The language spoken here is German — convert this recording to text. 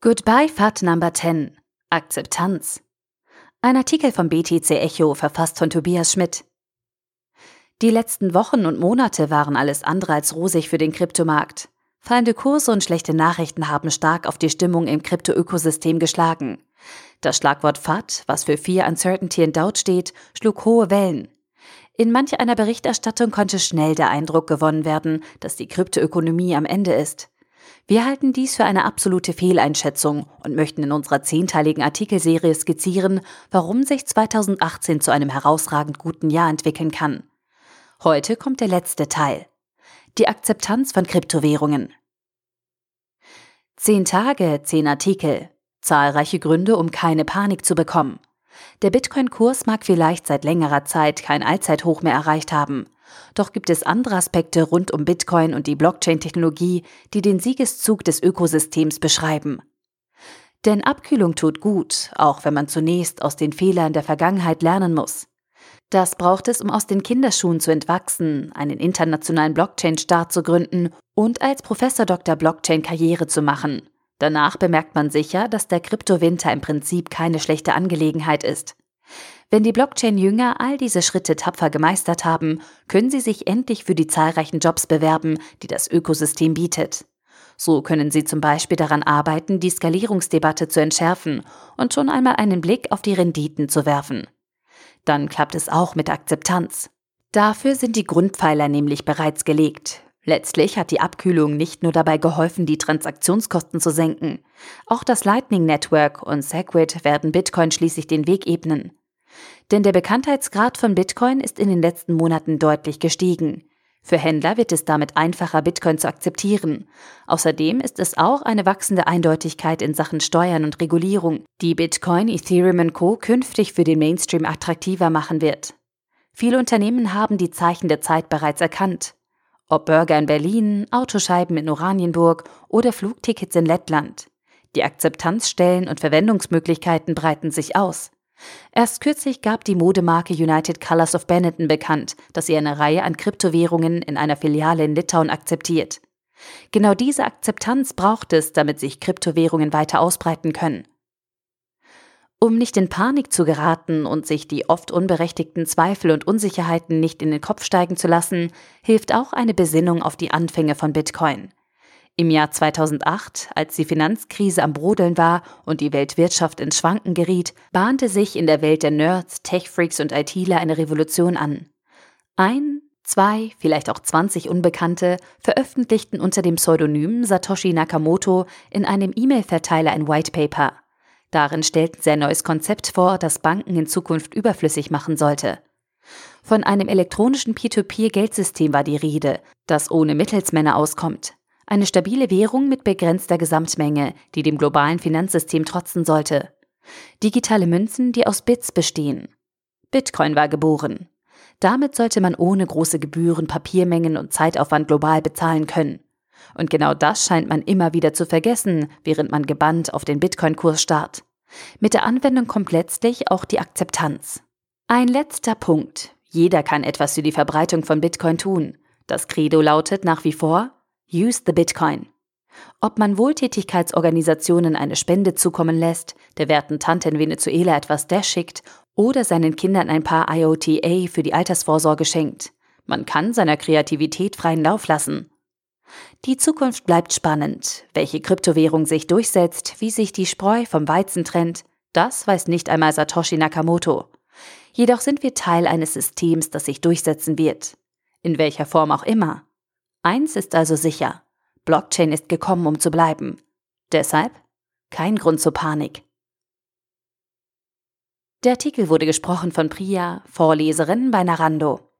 Goodbye FAT Number 10. Akzeptanz. Ein Artikel vom BTC Echo, verfasst von Tobias Schmidt. Die letzten Wochen und Monate waren alles andere als rosig für den Kryptomarkt. Fallende Kurse und schlechte Nachrichten haben stark auf die Stimmung im Krypto-Ökosystem geschlagen. Das Schlagwort FAT, was für Fear, Uncertainty and Doubt steht, schlug hohe Wellen. In manch einer Berichterstattung konnte schnell der Eindruck gewonnen werden, dass die Kryptoökonomie am Ende ist. Wir halten dies für eine absolute Fehleinschätzung und möchten in unserer 10-teiligen Artikelserie skizzieren, warum sich 2018 zu einem herausragend guten Jahr entwickeln kann. Heute kommt der letzte Teil. Die Akzeptanz von Kryptowährungen. 10 Tage, 10 Artikel. Zahlreiche Gründe, um keine Panik zu bekommen. Der Bitcoin-Kurs mag vielleicht seit längerer Zeit kein Allzeithoch mehr erreicht haben. Doch gibt es andere Aspekte rund um Bitcoin und die Blockchain-Technologie, die den Siegeszug des Ökosystems beschreiben. Denn Abkühlung tut gut, auch wenn man zunächst aus den Fehlern der Vergangenheit lernen muss. Das braucht es, um aus den Kinderschuhen zu entwachsen, einen internationalen Blockchain-Staat zu gründen und als Professor Dr. Blockchain Karriere zu machen. Danach bemerkt man sicher, dass der Kryptowinter im Prinzip keine schlechte Angelegenheit ist. Wenn die Blockchain-Jünger all diese Schritte tapfer gemeistert haben, können sie sich endlich für die zahlreichen Jobs bewerben, die das Ökosystem bietet. So können sie zum Beispiel daran arbeiten, die Skalierungsdebatte zu entschärfen und schon einmal einen Blick auf die Renditen zu werfen. Dann klappt es auch mit Akzeptanz. Dafür sind die Grundpfeiler nämlich bereits gelegt. Letztlich hat die Abkühlung nicht nur dabei geholfen, die Transaktionskosten zu senken. Auch das Lightning Network und Segwit werden Bitcoin schließlich den Weg ebnen. Denn der Bekanntheitsgrad von Bitcoin ist in den letzten Monaten deutlich gestiegen. Für Händler wird es damit einfacher, Bitcoin zu akzeptieren. Außerdem ist es auch eine wachsende Eindeutigkeit in Sachen Steuern und Regulierung, die Bitcoin, Ethereum und Co. künftig für den Mainstream attraktiver machen wird. Viele Unternehmen haben die Zeichen der Zeit bereits erkannt. Ob Burger in Berlin, Autoscheiben in Oranienburg oder Flugtickets in Lettland. Die Akzeptanzstellen und Verwendungsmöglichkeiten breiten sich aus. Erst kürzlich gab die Modemarke United Colors of Benetton bekannt, dass sie eine Reihe an Kryptowährungen in einer Filiale in Litauen akzeptiert. Genau diese Akzeptanz braucht es, damit sich Kryptowährungen weiter ausbreiten können. Um nicht in Panik zu geraten und sich die oft unberechtigten Zweifel und Unsicherheiten nicht in den Kopf steigen zu lassen, hilft auch eine Besinnung auf die Anfänge von Bitcoin. Im Jahr 2008, als die Finanzkrise am Brodeln war und die Weltwirtschaft ins Schwanken geriet, bahnte sich in der Welt der Nerds, Tech-Freaks und ITler eine Revolution an. 1, 2, vielleicht auch 20 Unbekannte veröffentlichten unter dem Pseudonym Satoshi Nakamoto in einem E-Mail-Verteiler ein White Paper. Darin stellten sie ein neues Konzept vor, das Banken in Zukunft überflüssig machen sollte. Von einem elektronischen Peer-to-Peer-Geldsystem war die Rede, das ohne Mittelsmänner auskommt. Eine stabile Währung mit begrenzter Gesamtmenge, die dem globalen Finanzsystem trotzen sollte. Digitale Münzen, die aus Bits bestehen. Bitcoin war geboren. Damit sollte man ohne große Gebühren, Papiermengen und Zeitaufwand global bezahlen können. Und genau das scheint man immer wieder zu vergessen, während man gebannt auf den Bitcoin-Kurs starrt. Mit der Anwendung kommt letztlich auch die Akzeptanz. Ein letzter Punkt. Jeder kann etwas für die Verbreitung von Bitcoin tun. Das Credo lautet nach wie vor: Use the Bitcoin. Ob man Wohltätigkeitsorganisationen eine Spende zukommen lässt, der werten Tante in Venezuela etwas Dash schickt oder seinen Kindern ein paar IOTA für die Altersvorsorge schenkt. Man kann seiner Kreativität freien Lauf lassen. Die Zukunft bleibt spannend. Welche Kryptowährung sich durchsetzt, wie sich die Spreu vom Weizen trennt, das weiß nicht einmal Satoshi Nakamoto. Jedoch sind wir Teil eines Systems, das sich durchsetzen wird. In welcher Form auch immer. Eins ist also sicher: Blockchain ist gekommen, um zu bleiben. Deshalb kein Grund zur Panik. Der Artikel wurde gesprochen von Priya, Vorleserin bei Narando.